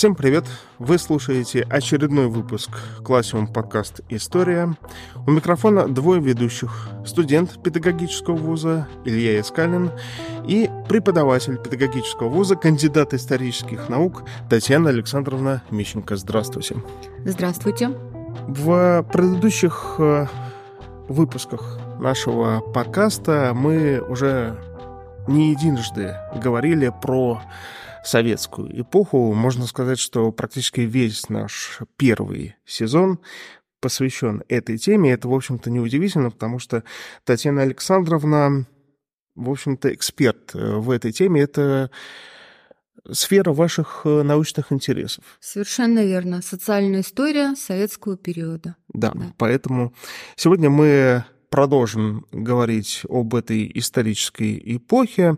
Всем привет! Вы слушаете очередной выпуск Classium подкаст «История». У микрофона двое ведущих. Студент педагогического вуза Илья Искалин и преподаватель педагогического вуза, кандидат исторических наук Татьяна Александровна Мищенко. Здравствуйте. Здравствуйте. В предыдущих выпусках нашего подкаста мы уже не единожды говорили про советскую эпоху. Можно сказать, что практически весь наш первый сезон посвящен этой теме. Это, в общем-то, неудивительно, потому что Татьяна Александровна, в общем-то, эксперт в этой теме. Это сфера ваших научных интересов. Совершенно верно. Социальная история советского периода. Да. Поэтому сегодня мы продолжим говорить об этой исторической эпохе.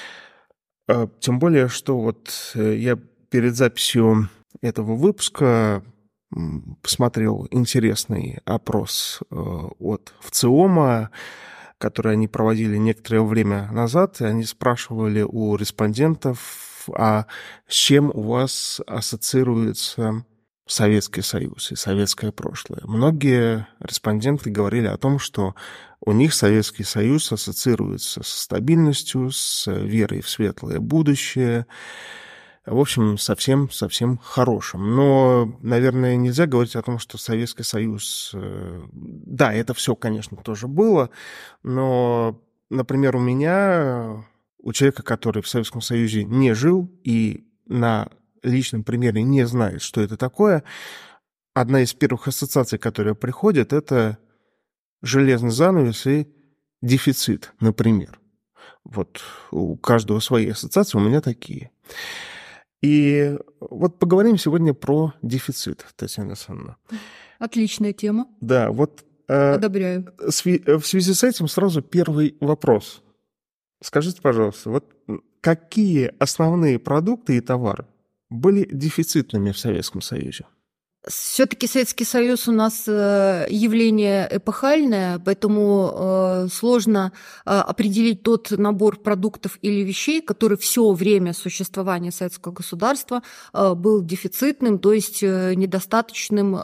Тем более, что вот я перед записью этого выпуска посмотрел интересный опрос от ВЦИОМа, который они проводили некоторое время назад, и они спрашивали у респондентов, а с чем у вас ассоциируется Советский Союз и советское прошлое. Многие респонденты говорили о том, что у них Советский Союз ассоциируется со стабильностью, с верой в светлое будущее, в общем, совсем хорошим. Но, наверное, нельзя говорить о том, что Советский Союз... Да, это все, конечно, тоже было, но, например, у меня, у человека, который в Советском Союзе не жил и на личном примере не знает, что это такое, одна из первых ассоциаций, которая приходит, это железный занавес и дефицит, например. Вот у каждого свои ассоциации, у меня такие. И вот поговорим сегодня про дефицит, Татьяна Александровна. Отличная тема. Да, вот... Одобряю. В связи с этим сразу первый вопрос. Скажите, пожалуйста, вот какие основные продукты и товары были дефицитными в Советском Союзе? Все-таки Советский Союз у нас явление эпохальное, поэтому сложно определить тот набор продуктов или вещей, который все время существования советского государства был дефицитным, то есть недостаточным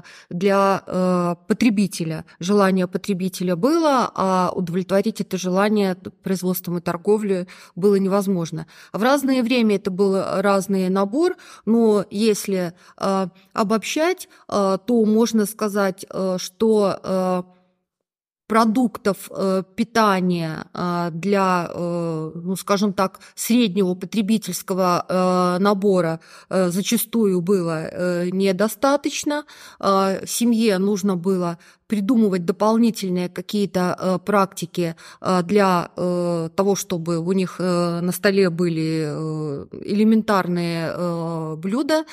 для потребителя. Желание потребителя было, а удовлетворить это желание производством и торговлей было невозможно. В разное время это был разный набор, но если обобщать, то можно сказать, что продуктов питания для, ну, скажем так, среднего потребительского набора зачастую было недостаточно. Семье нужно было придумывать дополнительные какие-то практики для того, чтобы у них на столе были элементарные блюда.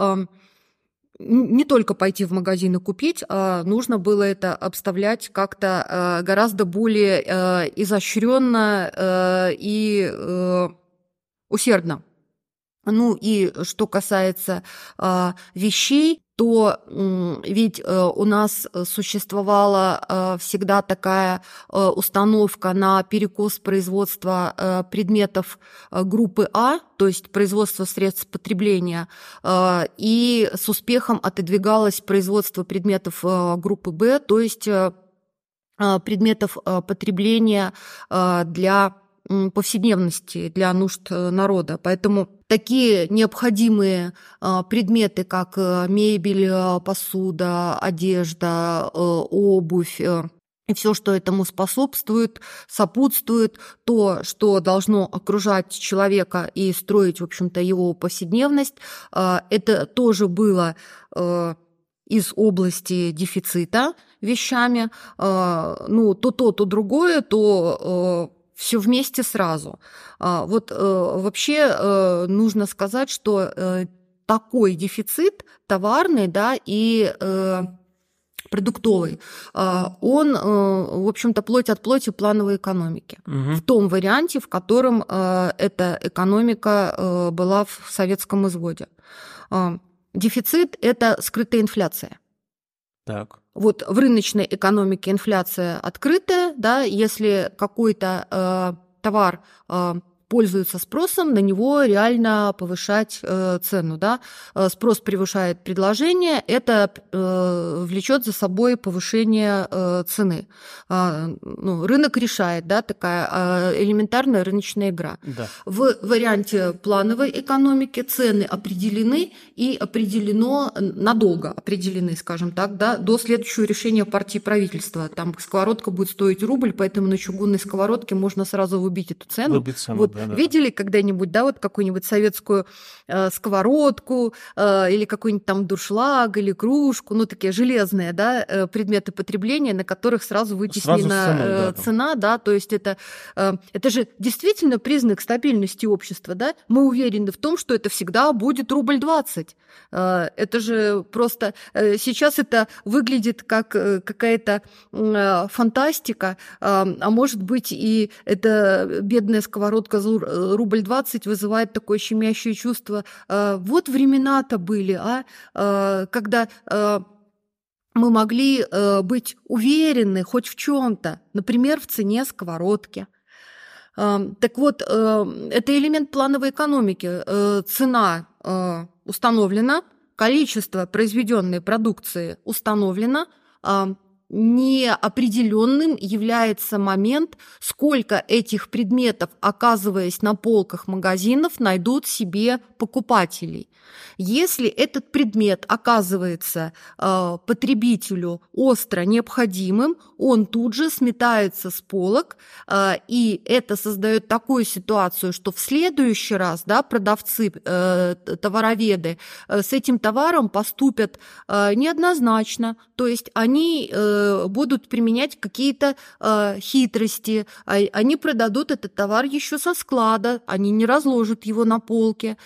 Не только пойти в магазин и купить, а нужно было это обставлять как-то гораздо более изощренно и усердно. Ну и что касается вещей, то ведь у нас существовала всегда такая установка на перекос производства предметов группы А, то есть производство средств потребления, и с успехом отодвигалось производство предметов группы Б, то есть предметов потребления для повседневности, для нужд народа. Поэтому такие необходимые предметы, как мебель, посуда, одежда, обувь, и все, что этому способствует, сопутствует, то, что должно окружать человека и строить, в общем-то, его повседневность, это тоже было из области дефицита вещами. Ну, то другое, то все вместе сразу. Вот вообще нужно сказать, что такой дефицит товарный, да, и продуктовый, он, в общем-то, плоть от плоти плановой экономики. В том варианте, в котором эта экономика была в советском изводе. Дефицит – это скрытая инфляция. Так. Вот в рыночной экономике инфляция открытая, да, если какой-то товар пользуется спросом, на него реально повышать цену. Да? Спрос превышает предложение, это влечет за собой повышение цены. Рынок решает, да, такая элементарная рыночная игра. Да. В варианте плановой экономики цены определены и определено надолго, определены, скажем так, да, до следующего решения партии правительства. Там сковородка будет стоить рубль, поэтому на чугунной сковородке можно сразу выбить эту цену. Видели когда-нибудь, да, вот какую-нибудь советскую сковородку или какой-нибудь там дуршлаг или кружку, такие железные, да, предметы потребления, на которых сразу вытеснена цена, да, то есть это же действительно признак стабильности общества, да, мы уверены в том, что это всегда будет рубль 20. Это же просто сейчас это выглядит как какая-то фантастика, а может быть и эта бедная сковородка за рубль 20 вызывает такое щемящее чувство. Вот времена-то были, когда мы могли быть уверены хоть в чем-то, например, в цене сковородки. Так вот, это элемент плановой экономики. Цена установлена, количество произведенной продукции установлено, неопределенным является момент, сколько этих предметов, оказываясь на полках магазинов, найдут себе покупателей. Если этот предмет оказывается потребителю остро необходимым, он тут же сметается с полок, и это создает такую ситуацию, что в следующий раз, да, продавцы, товароведы с этим товаром поступят неоднозначно, то есть они будут применять какие-то хитрости, они продадут этот товар еще со склада, они не разложат его на полке,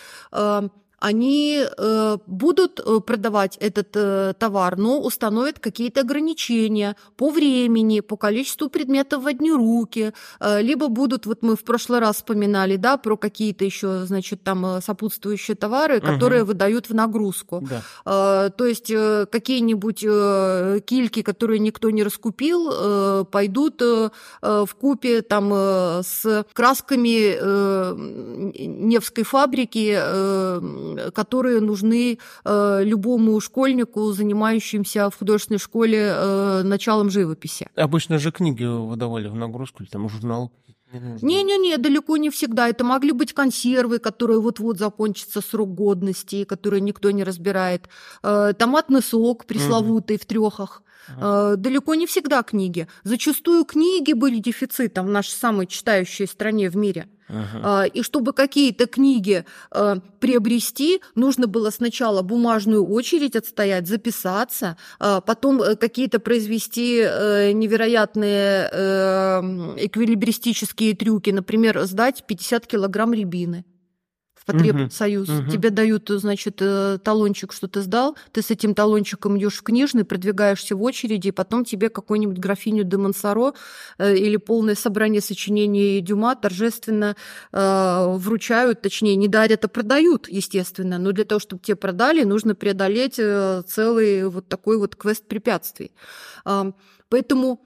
они будут продавать этот товар, но установят какие-то ограничения по времени, по количеству предметов в одни руки, либо будут, вот мы в прошлый раз вспоминали, да, про какие-то еще, значит, там сопутствующие товары, которые выдают в нагрузку. Да. То есть какие-нибудь кильки, которые никто не раскупил, пойдут вкупе там с красками Невской фабрики, которые нужны любому школьнику, занимающимся в художественной школе началом живописи. Обычно же книги выдавали в нагрузку или там журнал. Не-не-не, далеко не всегда. Это могли быть консервы, которые вот-вот закончится срок годности, которые никто не разбирает. Томатный сок пресловутый в трёхах. Далеко не всегда книги. Зачастую книги были дефицитом в нашей самой читающей стране в мире. И чтобы какие-то книги приобрести, нужно было сначала бумажную очередь отстоять, записаться, потом какие-то произвести невероятные эквилибристические трюки, например, сдать 50 килограмм рябины в потребсоюз. Тебе дают, значит, талончик, что ты сдал, ты с этим талончиком идешь в книжный, продвигаешься в очереди, и потом тебе какую-нибудь графиню де Монсоро или полное собрание сочинений Дюма торжественно вручают, точнее, не дарят, а продают, естественно, но для того, чтобы тебе продали, нужно преодолеть целый вот такой вот квест препятствий. Поэтому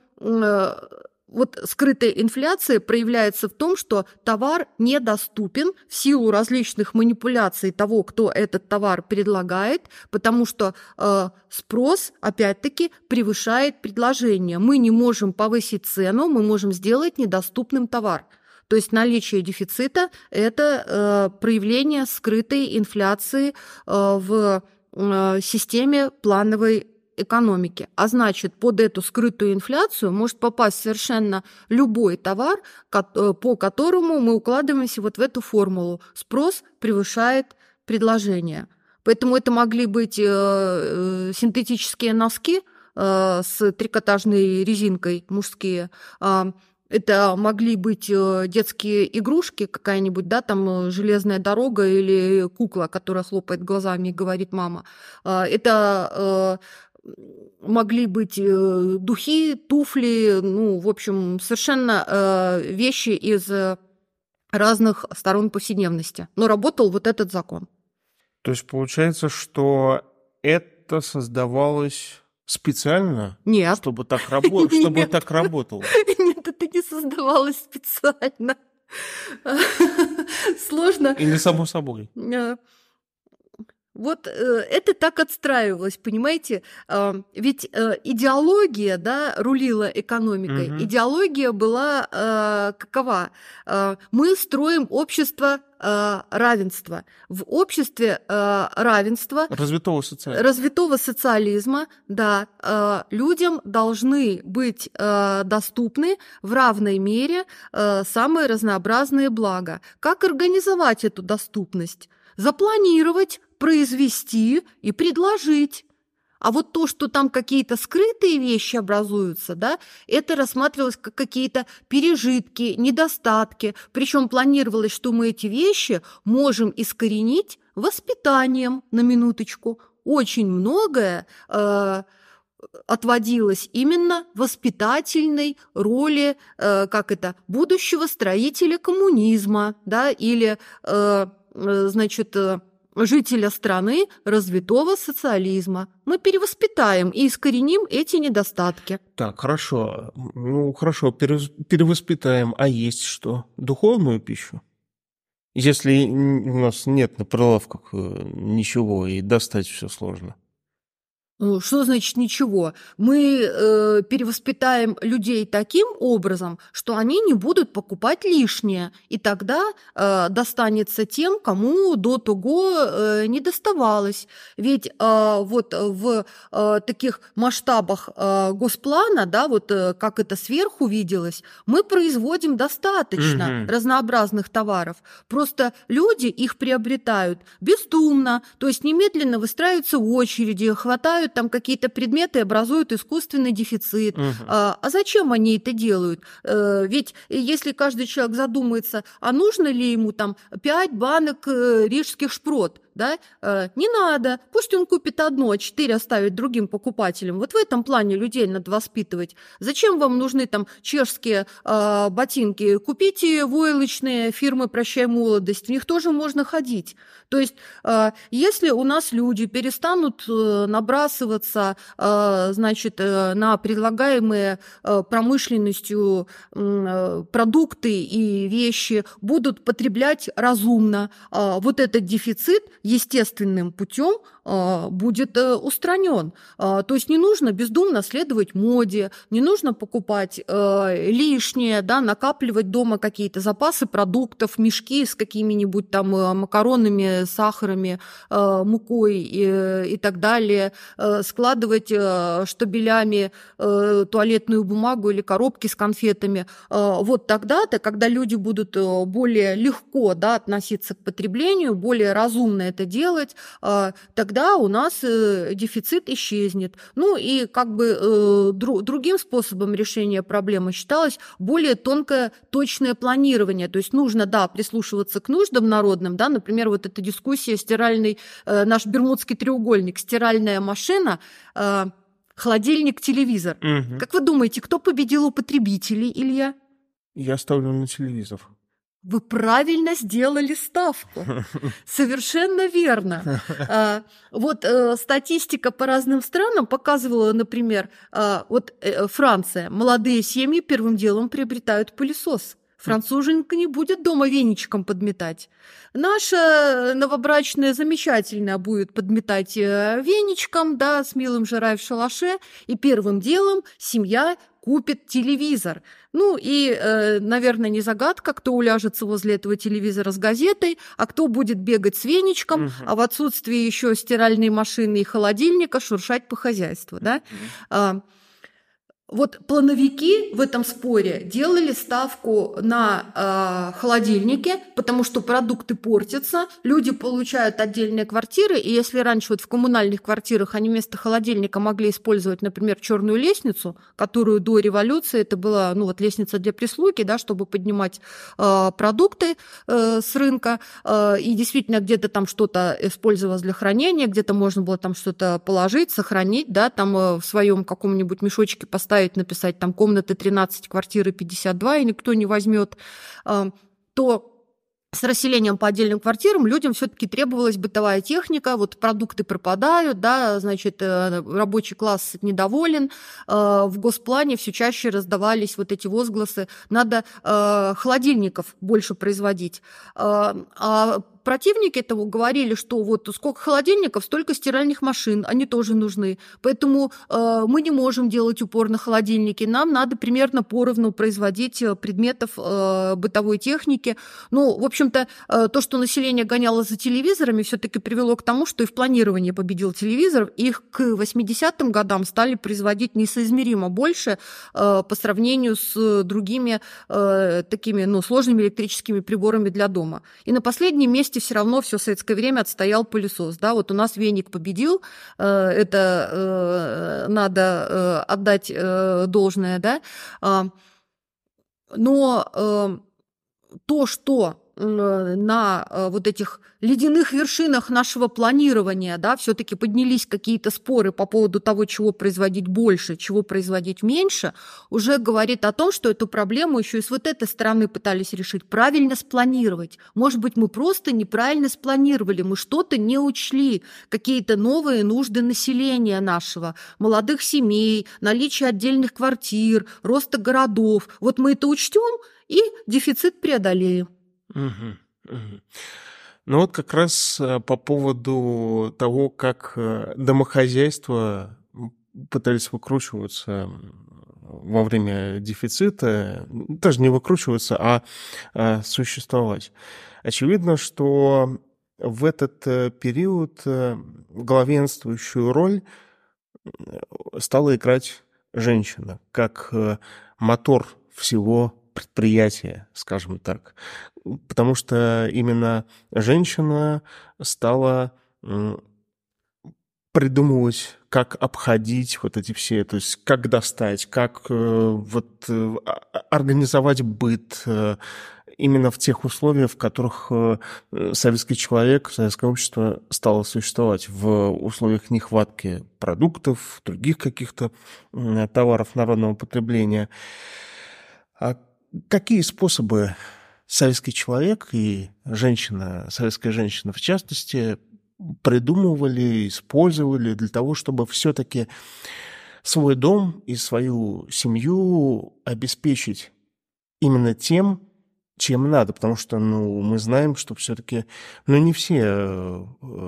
вот скрытая инфляция проявляется в том, что товар недоступен в силу различных манипуляций того, кто этот товар предлагает, потому что спрос, опять-таки, превышает предложение. Мы не можем повысить цену, мы можем сделать недоступным товар. То есть наличие дефицита – это проявление скрытой инфляции в системе плановой экономики. А значит, под эту скрытую инфляцию может попасть совершенно любой товар, по которому мы укладываемся вот в эту формулу. Спрос превышает предложение. Поэтому это могли быть синтетические носки с трикотажной резинкой мужские, это могли быть детские игрушки, какая-нибудь, да, там железная дорога или кукла, которая хлопает глазами и говорит «мама». Это могли быть духи, туфли, ну, в общем, совершенно вещи из разных сторон повседневности. Но работал вот этот закон. То есть получается, что это создавалось специально? Нет. Чтобы так работало? Нет, это не создавалось специально. Сложно. Или само собой? Вот это так отстраивалось, понимаете? Ведь идеология, да, рулила экономикой. Идеология была какова? Мы строим общество равенства. В обществе равенства, развитого социализма, да, людям должны быть доступны в равной мере самые разнообразные блага. Как организовать эту доступность? Запланировать, произвести и предложить. А вот то, что там какие-то скрытые вещи образуются, да, это рассматривалось как какие-то пережитки, недостатки. Причем планировалось, что мы эти вещи можем искоренить воспитанием, на минуточку. Очень многое отводилось именно воспитательной роли, будущего строителя коммунизма, да, или, жителя страны развитого социализма. Мы перевоспитаем и искореним эти недостатки. Так, хорошо. Ну, хорошо, перевоспитаем. А есть что? Духовную пищу? Если у нас нет на прилавках ничего, и достать все сложно. Что значит ничего? Мы перевоспитаем людей таким образом, что они не будут покупать лишнее, и тогда достанется тем, кому до того не доставалось. Ведь вот в таких масштабах госплана, да, вот как это сверху виделось, мы производим достаточно разнообразных товаров. Просто люди их приобретают бездумно, то есть немедленно выстраиваются в очереди, хватают там какие-то предметы, образуют искусственный дефицит. А зачем они это делают? Ведь если каждый человек задумается, а нужно ли ему там 5 банок рижских шпрот, да? Не надо, пусть он купит одно, а 4 оставит другим покупателям. Вот в этом плане людей надо воспитывать. Зачем вам нужны там чешские ботинки? Купите войлочные фирмы «Прощай молодость», в них тоже можно ходить. То есть если у нас люди перестанут набрасываться, на предлагаемые промышленностью продукты и вещи, будут потреблять разумно, вот этот дефицит естественным путем будет устранен. То есть не нужно бездумно следовать моде, не нужно покупать лишнее, да, накапливать дома какие-то запасы продуктов, мешки с какими-нибудь там макаронами, сахарами, мукой и так далее, складывать штабелями туалетную бумагу или коробки с конфетами. Вот тогда-то, когда люди будут более легко, да, относиться к потреблению, более разумно это делать, тогда у нас дефицит исчезнет. Ну и другим способом решения проблемы считалось более тонкое, точное планирование. То есть нужно, да, прислушиваться к нуждам народным, да, например, вот эта дискуссия наш Бермудский треугольник, стиральная машина, холодильник, телевизор. Как вы думаете, кто победил у потребителей, Илья? Я ставлю на телевизор. Вы правильно сделали ставку. Совершенно верно. Вот статистика по разным странам показывала, например, Франция. Молодые семьи первым делом приобретают пылесос. Француженка не будет дома веничком подметать. Наша новобрачная замечательно будет подметать веничком, да, с милым жирай в шалаше. И первым делом семья купит телевизор. Ну и, наверное, не загадка, кто уляжется возле этого телевизора с газетой, а кто будет бегать с веничком, а в отсутствии еще стиральной машины и холодильника шуршать по хозяйству, да? Вот плановики в этом споре делали ставку на холодильнике, потому что продукты портятся, люди получают отдельные квартиры, и если раньше вот в коммунальных квартирах они вместо холодильника могли использовать, например, черную лестницу, которую до революции это была, лестница для прислуги, да, чтобы поднимать продукты с рынка, и действительно где-то там что-то использовалось для хранения, где-то можно было там что-то положить, сохранить, да, там в своем каком-нибудь мешочке поставить, написать там комнаты 13, квартиры 52, и никто не возьмет, то с расселением по отдельным квартирам людям все-таки требовалась бытовая техника, вот продукты пропадают, да, значит, рабочий класс недоволен, в госплане все чаще раздавались вот эти возгласы: надо холодильников больше производить. А противники этого говорили, что вот сколько холодильников, столько стиральных машин, они тоже нужны. Поэтому мы не можем делать упор на холодильники, нам надо примерно поровну производить предметов бытовой техники. Ну, в общем-то, то, что население гоняло за телевизорами, все-таки привело к тому, что и в планировании победил телевизор. Их к 80-м годам стали производить несоизмеримо больше по сравнению с другими такими сложными электрическими приборами для дома. И на последнем месте все равно все советское время отстоял пылесос. Да? Вот у нас веник победил, это надо отдать должное. Да? Но то, что на вот этих ледяных вершинах нашего планирования, да, все-таки поднялись какие-то споры по поводу того, чего производить больше, чего производить меньше, уже говорит о том, что эту проблему еще и с вот этой стороны пытались решить, правильно спланировать. Может быть, мы просто неправильно спланировали, мы что-то не учли, какие-то новые нужды населения нашего, молодых семей, наличие отдельных квартир, роста городов. Вот мы это учтем и дефицит преодолеем. Ну вот как раз по поводу того, как домохозяйства пытались выкручиваться во время дефицита, даже не выкручиваться, а существовать. Очевидно, что в этот период главенствующую роль стала играть женщина, как мотор всего предприятия, скажем так. Потому что именно женщина стала придумывать, как обходить вот эти все, то есть как достать, как организовать быт именно в тех условиях, в которых советский человек, советское общество стало существовать, в условиях нехватки продуктов, других каких-то товаров народного потребления. А какие способы советский человек и женщина, советская женщина в частности, придумывали, использовали для того, чтобы все-таки свой дом и свою семью обеспечить именно тем, чем надо? Потому что мы знаем, что все-таки не все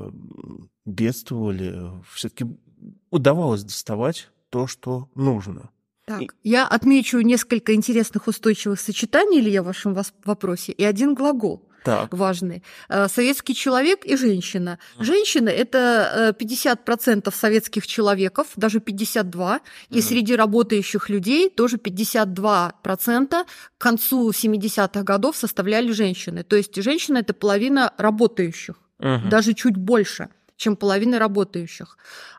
бедствовали, все-таки удавалось доставать то, что нужно. Так, я отмечу несколько интересных устойчивых сочетаний, Илья, в вашем вопросе, и один глагол важный. Советский человек и женщина. Женщина – это 50% советских человеков, даже 52%, и среди работающих людей тоже 52% к концу 70-х годов составляли женщины. То есть женщина – это половина работающих, даже чуть больше, чем половина работающих.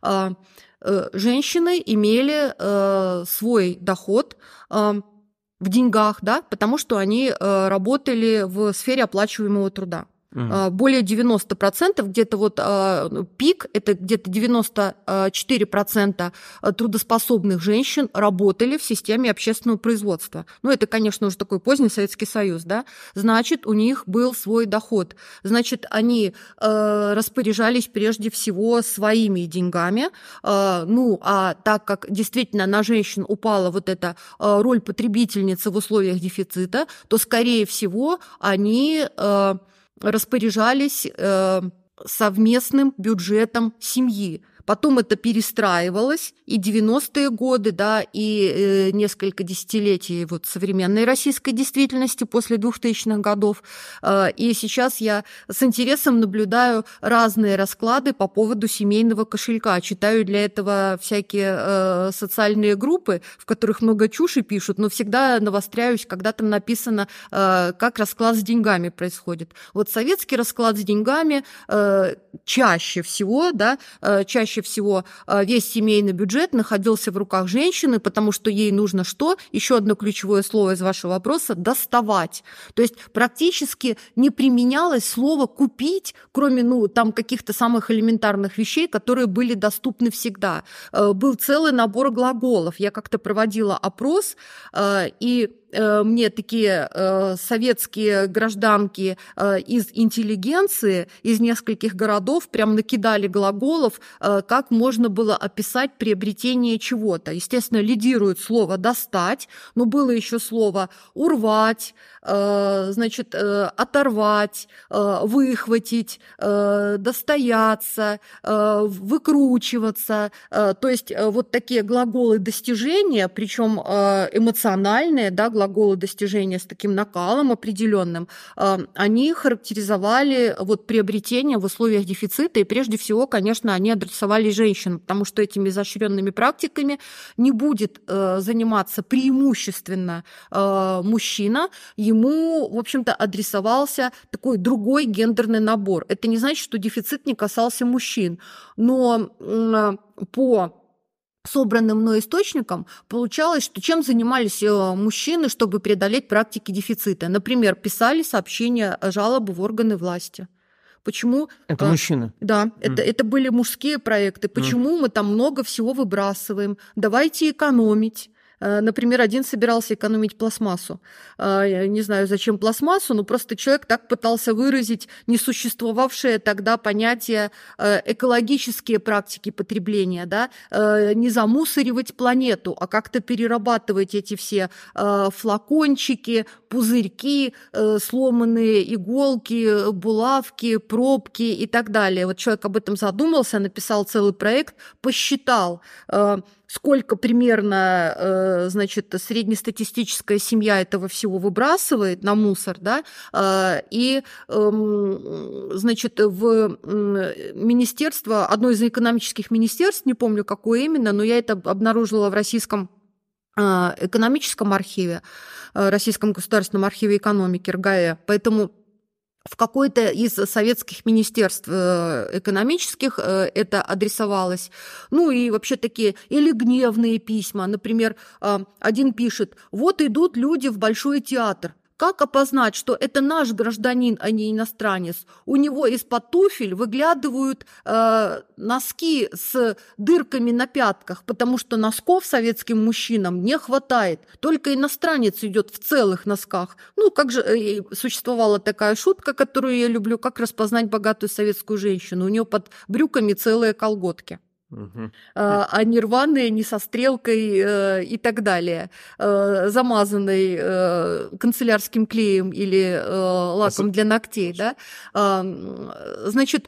Женщины имели свой доход в деньгах, да, потому что они работали в сфере оплачиваемого труда. Более 90%, где-то вот пик, это где-то 94% трудоспособных женщин работали в системе общественного производства. Это, конечно, уже такой поздний Советский Союз, да. Значит, у них был свой доход. Значит, они распоряжались прежде всего своими деньгами. А так как действительно на женщин упала вот эта роль потребительницы в условиях дефицита, то, скорее всего, они распоряжались совместным бюджетом семьи. Потом это перестраивалось, и 90-е годы, да, и несколько десятилетий вот современной российской действительности после 2000-х годов. И сейчас я с интересом наблюдаю разные расклады по поводу семейного кошелька. Читаю для этого всякие социальные группы, в которых много чуши пишут, но всегда навостряюсь, когда там написано, как расклад с деньгами происходит. Вот советский расклад с деньгами чаще всего чаще всего весь семейный бюджет находился в руках женщины, потому что ей нужно что? Еще одно ключевое слово из вашего вопроса – доставать. То есть практически не применялось слово «купить», кроме там каких-то самых элементарных вещей, которые были доступны всегда. Был целый набор глаголов. Я как-то проводила опрос, и мне такие советские гражданки из интеллигенции, из нескольких городов прям накидали глаголов, как можно было описать приобретение чего-то. Естественно, лидирует слово «достать», но было еще слово «урвать», значит, «оторвать», «выхватить», «достояться», «выкручиваться». То есть вот такие глаголы достижения, причем эмоциональные, да, глаголы достижения с таким накалом определенным, они характеризовали вот приобретение в условиях дефицита, и прежде всего, конечно, они адресовались женщинам, потому что этими изощренными практиками не будет заниматься преимущественно мужчина, ему, в общем-то, адресовался такой другой гендерный набор. Это не значит, что дефицит не касался мужчин, но по собранным мной источникам получалось, что чем занимались мужчины, чтобы преодолеть практики дефицита. Например, писали сообщения, жалобы в органы власти. Почему? Это мужчины? Да, это были мужские проекты. Почему мы там много всего выбрасываем? Давайте экономить. Например, один собирался экономить пластмассу. Я не знаю, зачем пластмассу, но просто человек так пытался выразить несуществовавшее тогда понятие экологические практики потребления, да? Не замусоривать планету, а как-то перерабатывать эти все флакончики, пузырьки, сломанные иголки, булавки, пробки и так далее. Вот человек об этом задумался, написал целый проект, посчитал, сколько примерно, значит, среднестатистическая семья этого всего выбрасывает на мусор, да, и, значит, в министерство, одно из экономических министерств, не помню, какое именно, но я это обнаружила в Российском экономическом архиве, Российском государственном архиве экономики, РГЭ, поэтому в какой-то из советских министерств экономических это адресовалось. Ну и вообще такие или гневные письма. Например, один пишет: «Вот идут люди в Большой театр. Как опознать, что это наш гражданин, а не иностранец? У него из-под туфель выглядывают носки с дырками на пятках, потому что носков советским мужчинам не хватает. Только иностранец идет в целых носках». Ну, как же существовала такая шутка, которую я люблю: как распознать богатую советскую женщину? У нее под брюками целые колготки. А не рваные, не со стрелкой и так далее, замазанной канцелярским клеем или лаком для ногтей, да? Значит,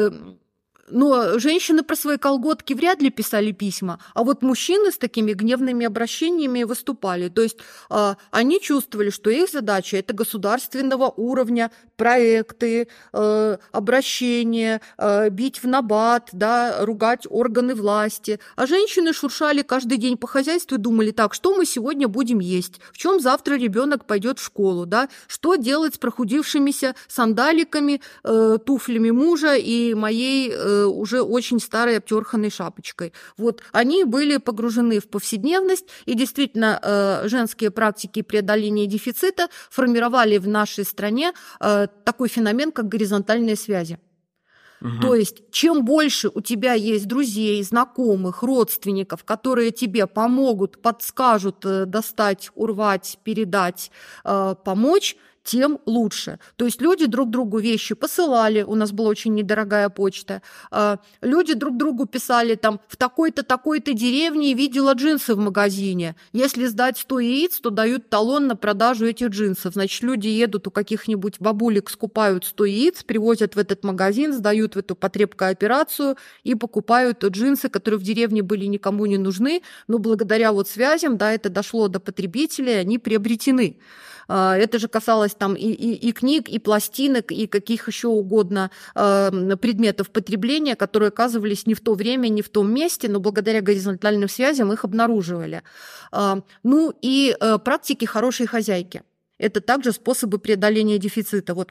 но женщины про свои колготки вряд ли писали письма, а вот мужчины с такими гневными обращениями выступали. То есть они чувствовали, что их задача – это государственного уровня проекты, обращения, бить в набат, да, ругать органы власти. А женщины шуршали каждый день по хозяйству и думали: так, что мы сегодня будем есть, в чем завтра ребенок пойдет в школу, да, что делать с прохудившимися сандаликами, туфлями мужа и моей уже очень старой обтерханной шапочкой. Вот они были погружены в повседневность, и действительно женские практики преодоления дефицита формировали в нашей стране такой феномен, как горизонтальные связи. То есть, чем больше у тебя есть друзей, знакомых, родственников, которые тебе помогут, подскажут достать, урвать, передать, помочь, тем лучше. То есть люди друг другу вещи посылали, у нас была очень недорогая почта, люди друг другу писали там: в такой-то, такой-то деревне видела джинсы в магазине, если сдать 100 яиц, то дают талон на продажу этих джинсов. Значит, люди едут у каких-нибудь бабулек, скупают 100 яиц, привозят в этот магазин, сдают в эту потребкооперацию и покупают джинсы, которые в деревне были никому не нужны, но благодаря вот связям, да, это дошло до потребителей, они приобретены. Это же касалось там и книг, и пластинок, и каких еще угодно предметов потребления, которые оказывались не в то время, не в том месте, но благодаря горизонтальным связям их обнаруживали. Ну и практики хорошей хозяйки. Это также способы преодоления дефицита. Вот мы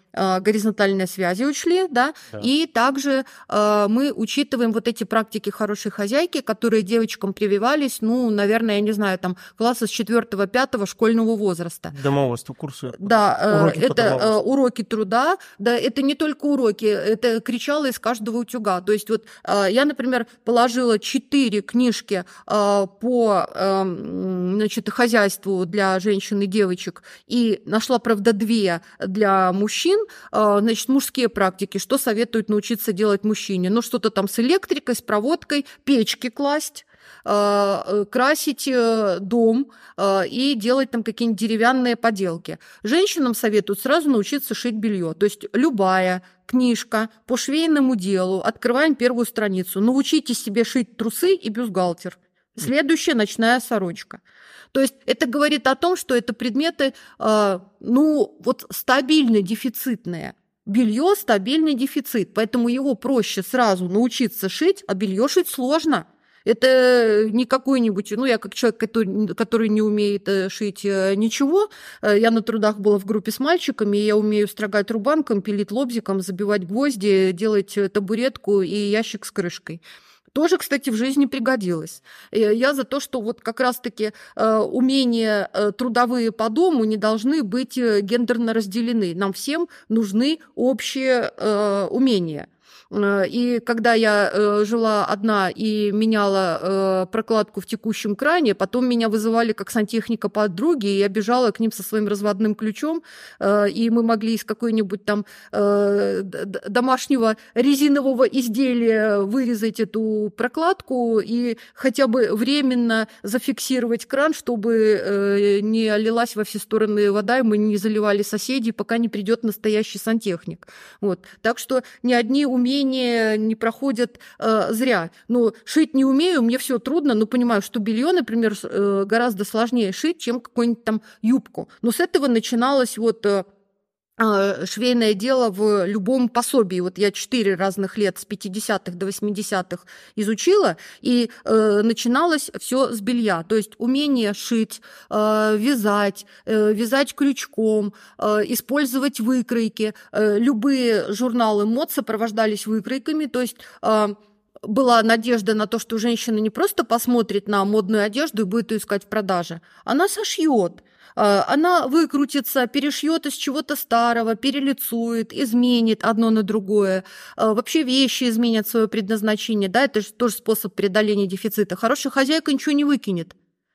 горизонтальные связи учли, да, и также мы учитываем вот эти практики хорошей хозяйки, которые девочкам прививались, ну, наверное, я не знаю, там, класса с 4-5 школьного возраста. Домоводство, курсы. Да, Уроки это уроки труда, да, это не только уроки, это кричало из каждого утюга. То есть вот я, например, положила 4 книжки по, значит, хозяйству для женщин и девочек и нашла, правда, 2 для мужчин, значит, мужские практики, что советуют научиться делать мужчине. Ну, что-то там с электрикой, с проводкой, печки класть, красить дом и делать там какие-нибудь деревянные поделки. Женщинам советуют сразу научиться шить белье. То есть любая книжка по швейному делу, открываем первую страницу. Научитесь себе шить трусы и бюстгальтер. Следующая ночная сорочка. То есть это говорит о том, что это предметы, ну, вот стабильно дефицитные. Белье стабильный дефицит, поэтому его проще сразу научиться шить, а белье шить сложно. Это не какой-нибудь, ну, я как человек, который не умеет шить ничего, я на трудах была в группе с мальчиками, и я умею строгать рубанком, пилить лобзиком, забивать гвозди, делать табуретку и ящик с крышкой. Тоже, кстати, в жизни пригодилось. Я за то, что вот как раз-таки умения трудовые по дому не должны быть гендерно разделены. Нам всем нужны общие умения. И когда я жила одна и меняла прокладку в текущем кране, потом меня вызывали как сантехника подруги, и я бежала к ним со своим разводным ключом, и мы могли из какой-нибудь там домашнего резинового изделия вырезать эту прокладку и хотя бы временно зафиксировать кран, чтобы не лилась во все стороны вода, и мы не заливали соседей, пока не придет настоящий сантехник. Вот. Так что ни одни умения не проходят зря. Но шить не умею, мне все трудно, но понимаю, что белье, например, гораздо сложнее шить, чем какую-нибудь там юбку. Но с этого начиналось вот швейное дело в любом пособии. Вот я 4 разных лет с 50-х до 80-х изучила, и начиналось все с белья. То есть умение шить, вязать крючком, использовать выкройки. Любые журналы мод сопровождались выкройками, то есть была надежда на то, что женщина не просто посмотрит на модную одежду и будет ее искать в продаже, она сошьет. Она выкрутится, перешьет из чего-то старого, перелицует, изменит одно на другое. Вообще вещи изменят свое предназначение. Да, это же тоже способ преодоления дефицита. Хорошая хозяйка ничего не выкинет.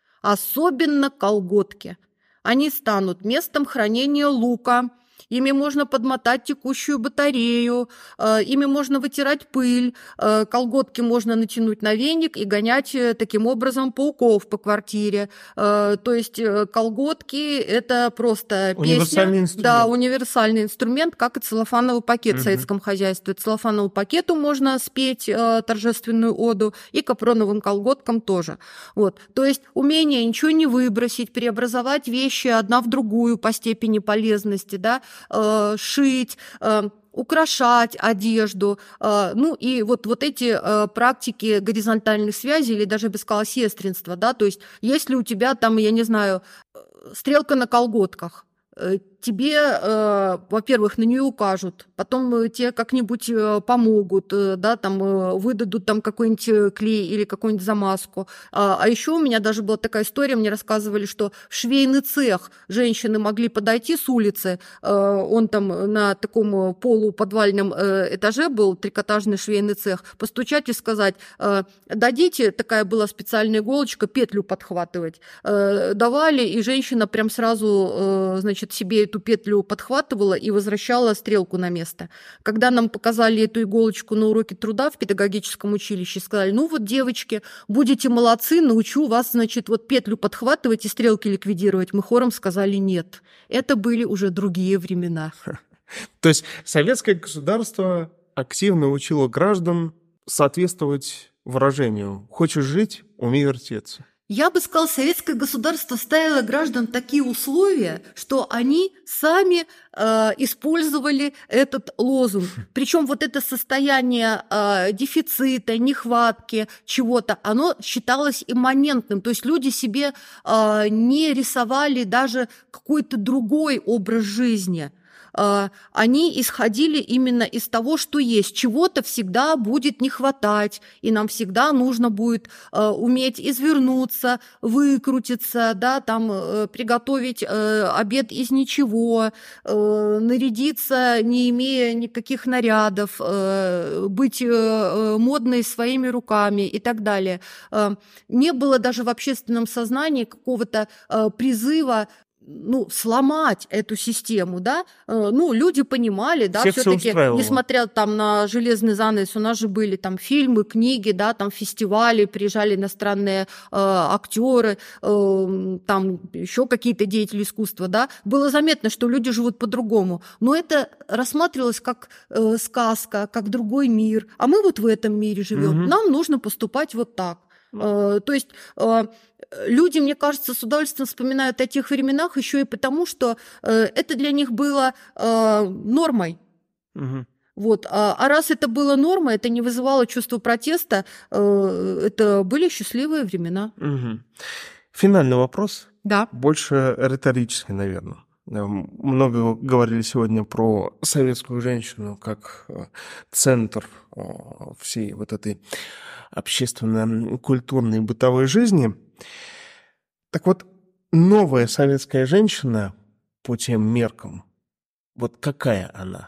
Особенно колготки. Они станут местом хранения лука. Ими можно подмотать текущую батарею, ими можно вытирать пыль, колготки можно натянуть на веник и гонять таким образом пауков по квартире. То есть колготки – это просто универсальный инструмент. Да, универсальный инструмент, как и целлофановый пакет в советском хозяйстве. Целлофановому пакету можно спеть торжественную оду, и капроновым колготкам тоже. Вот. То есть умение ничего не выбросить, преобразовать вещи одна в другую по степени полезности, да, шить, украшать одежду. Ну и вот эти практики горизонтальных связей, или даже, я бы сказала, сестринства, да, то есть если у тебя там, я не знаю, стрелка на колготках, тебе, во-первых, на нее укажут, потом тебе как-нибудь помогут, да, там выдадут там какой-нибудь клей или какую-нибудь замазку. А еще у меня даже была такая история, мне рассказывали, что в швейный цех женщины могли подойти с улицы, он там на таком полуподвальном этаже был, трикотажный швейный цех, постучать и сказать: дадите, такая была специальная иголочка, петлю подхватывать. Давали, и женщина прям сразу, значит, себе эту петлю подхватывала и возвращала стрелку на место. Когда нам показали эту иголочку на уроке труда в педагогическом училище, сказали: ну вот, девочки, будете молодцы, научу вас, значит, вот петлю подхватывать и стрелки ликвидировать. Мы хором сказали: нет. Это были уже другие времена. То есть советское государство активно учило граждан соответствовать выражению: хочешь жить – умей вертеться. Я бы сказала, советское государство ставило граждан такие условия, что они сами использовали этот лозунг. Причем вот это состояние дефицита, нехватки чего-то, оно считалось имманентным. То есть люди себе не рисовали даже какой-то другой образ жизни. они исходили именно из того, что есть. Чего-то всегда будет не хватать, и нам всегда нужно будет уметь извернуться, выкрутиться, да, там, приготовить обед из ничего, нарядиться, не имея никаких нарядов, быть модной своими руками и так далее. Не было даже в общественном сознании какого-то призыва сломать эту систему, да, люди понимали, да, все-таки, несмотря там на железный занавес, у нас же были там фильмы, книги, да, там фестивали, приезжали иностранные актеры, там еще какие-то деятели искусства, да, было заметно, что люди живут по-другому, но это рассматривалось как сказка, как другой мир, а мы вот в этом мире живем, нам нужно поступать вот так. То есть люди, мне кажется, с удовольствием вспоминают о тех временах еще и потому, что это для них было нормой. Вот. А раз это было нормой, это не вызывало чувства протеста, это были счастливые времена. Финальный вопрос. Да. Больше риторический, наверное. Много говорили сегодня про советскую женщину как центр всей вот этой общественно-культурной бытовой жизни. Так вот, новая советская женщина по тем меркам, вот какая она?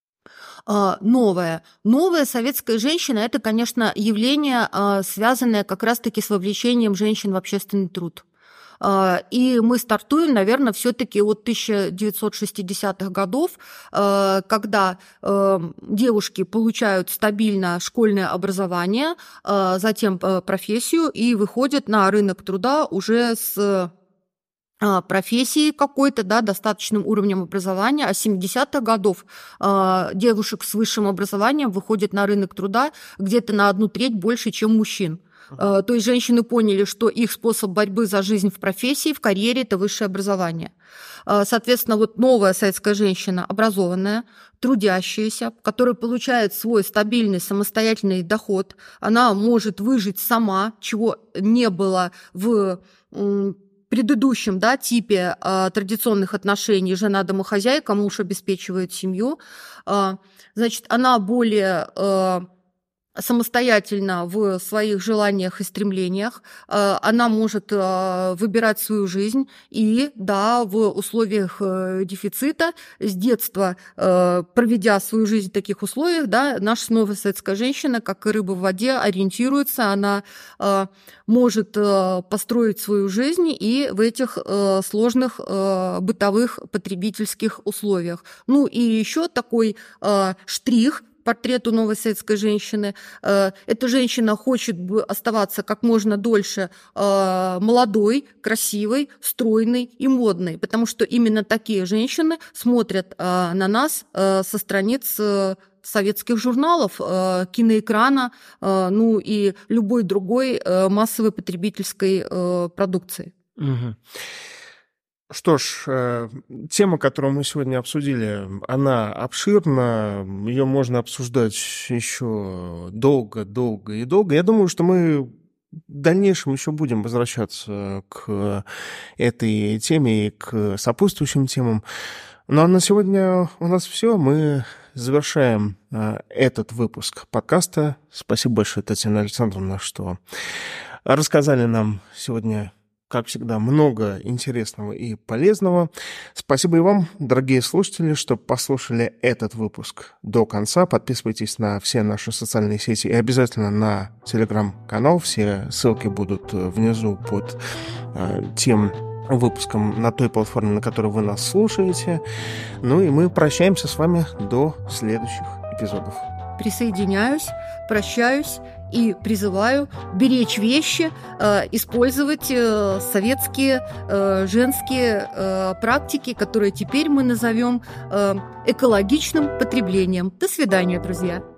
Новая советская женщина – это, конечно, явление, связанное как раз-таки с вовлечением женщин в общественный труд. И мы стартуем, наверное, все-таки от 1960-х годов, когда девушки получают стабильно школьное образование, затем профессию и выходят на рынок труда уже с профессии какой-то, да, достаточным уровнем образования, а с 70-х годов девушек с высшим образованием выходят на рынок труда где-то на 1/3 больше, чем мужчин. То есть женщины поняли, что их способ борьбы за жизнь в профессии, в карьере – это высшее образование. Соответственно, вот новая советская женщина, образованная, трудящаяся, которая получает свой стабильный самостоятельный доход, она может выжить сама, чего не было в предыдущем, да, типе традиционных отношений жена-домохозяйка, муж обеспечивает семью. Значит, она более самостоятельно в своих желаниях и стремлениях, она может выбирать свою жизнь и, да, в условиях дефицита, с детства проведя свою жизнь в таких условиях, да, наша новая советская женщина, как и рыба в воде, ориентируется, она может построить свою жизнь и в этих сложных бытовых потребительских условиях. Ну и еще такой штрих портрету новой советской женщины. Эта женщина хочет оставаться как можно дольше молодой, красивой, стройной и модной, потому что именно такие женщины смотрят на нас со страниц советских журналов, киноэкрана, ну и любой другой массовой потребительской продукции. Угу. Что ж, тема, которую мы сегодня обсудили, она обширна, ее можно обсуждать еще долго. Я думаю, что мы в дальнейшем еще будем возвращаться к этой теме и к сопутствующим темам. Ну а на сегодня у нас все. Мы завершаем этот выпуск подкаста. Спасибо большое, Татьяна Александровна, что рассказали нам сегодня, как всегда, много интересного и полезного. Спасибо и вам, дорогие слушатели, что послушали этот выпуск до конца. Подписывайтесь на все наши социальные сети и обязательно на телеграм-канал. Все ссылки будут внизу под тем выпуском на той платформе, на которой вы нас слушаете. Ну и мы прощаемся с вами до следующих эпизодов. Присоединяюсь, прощаюсь и призываю беречь вещи, использовать советские женские практики, которые теперь мы назовем экологичным потреблением. До свидания, друзья!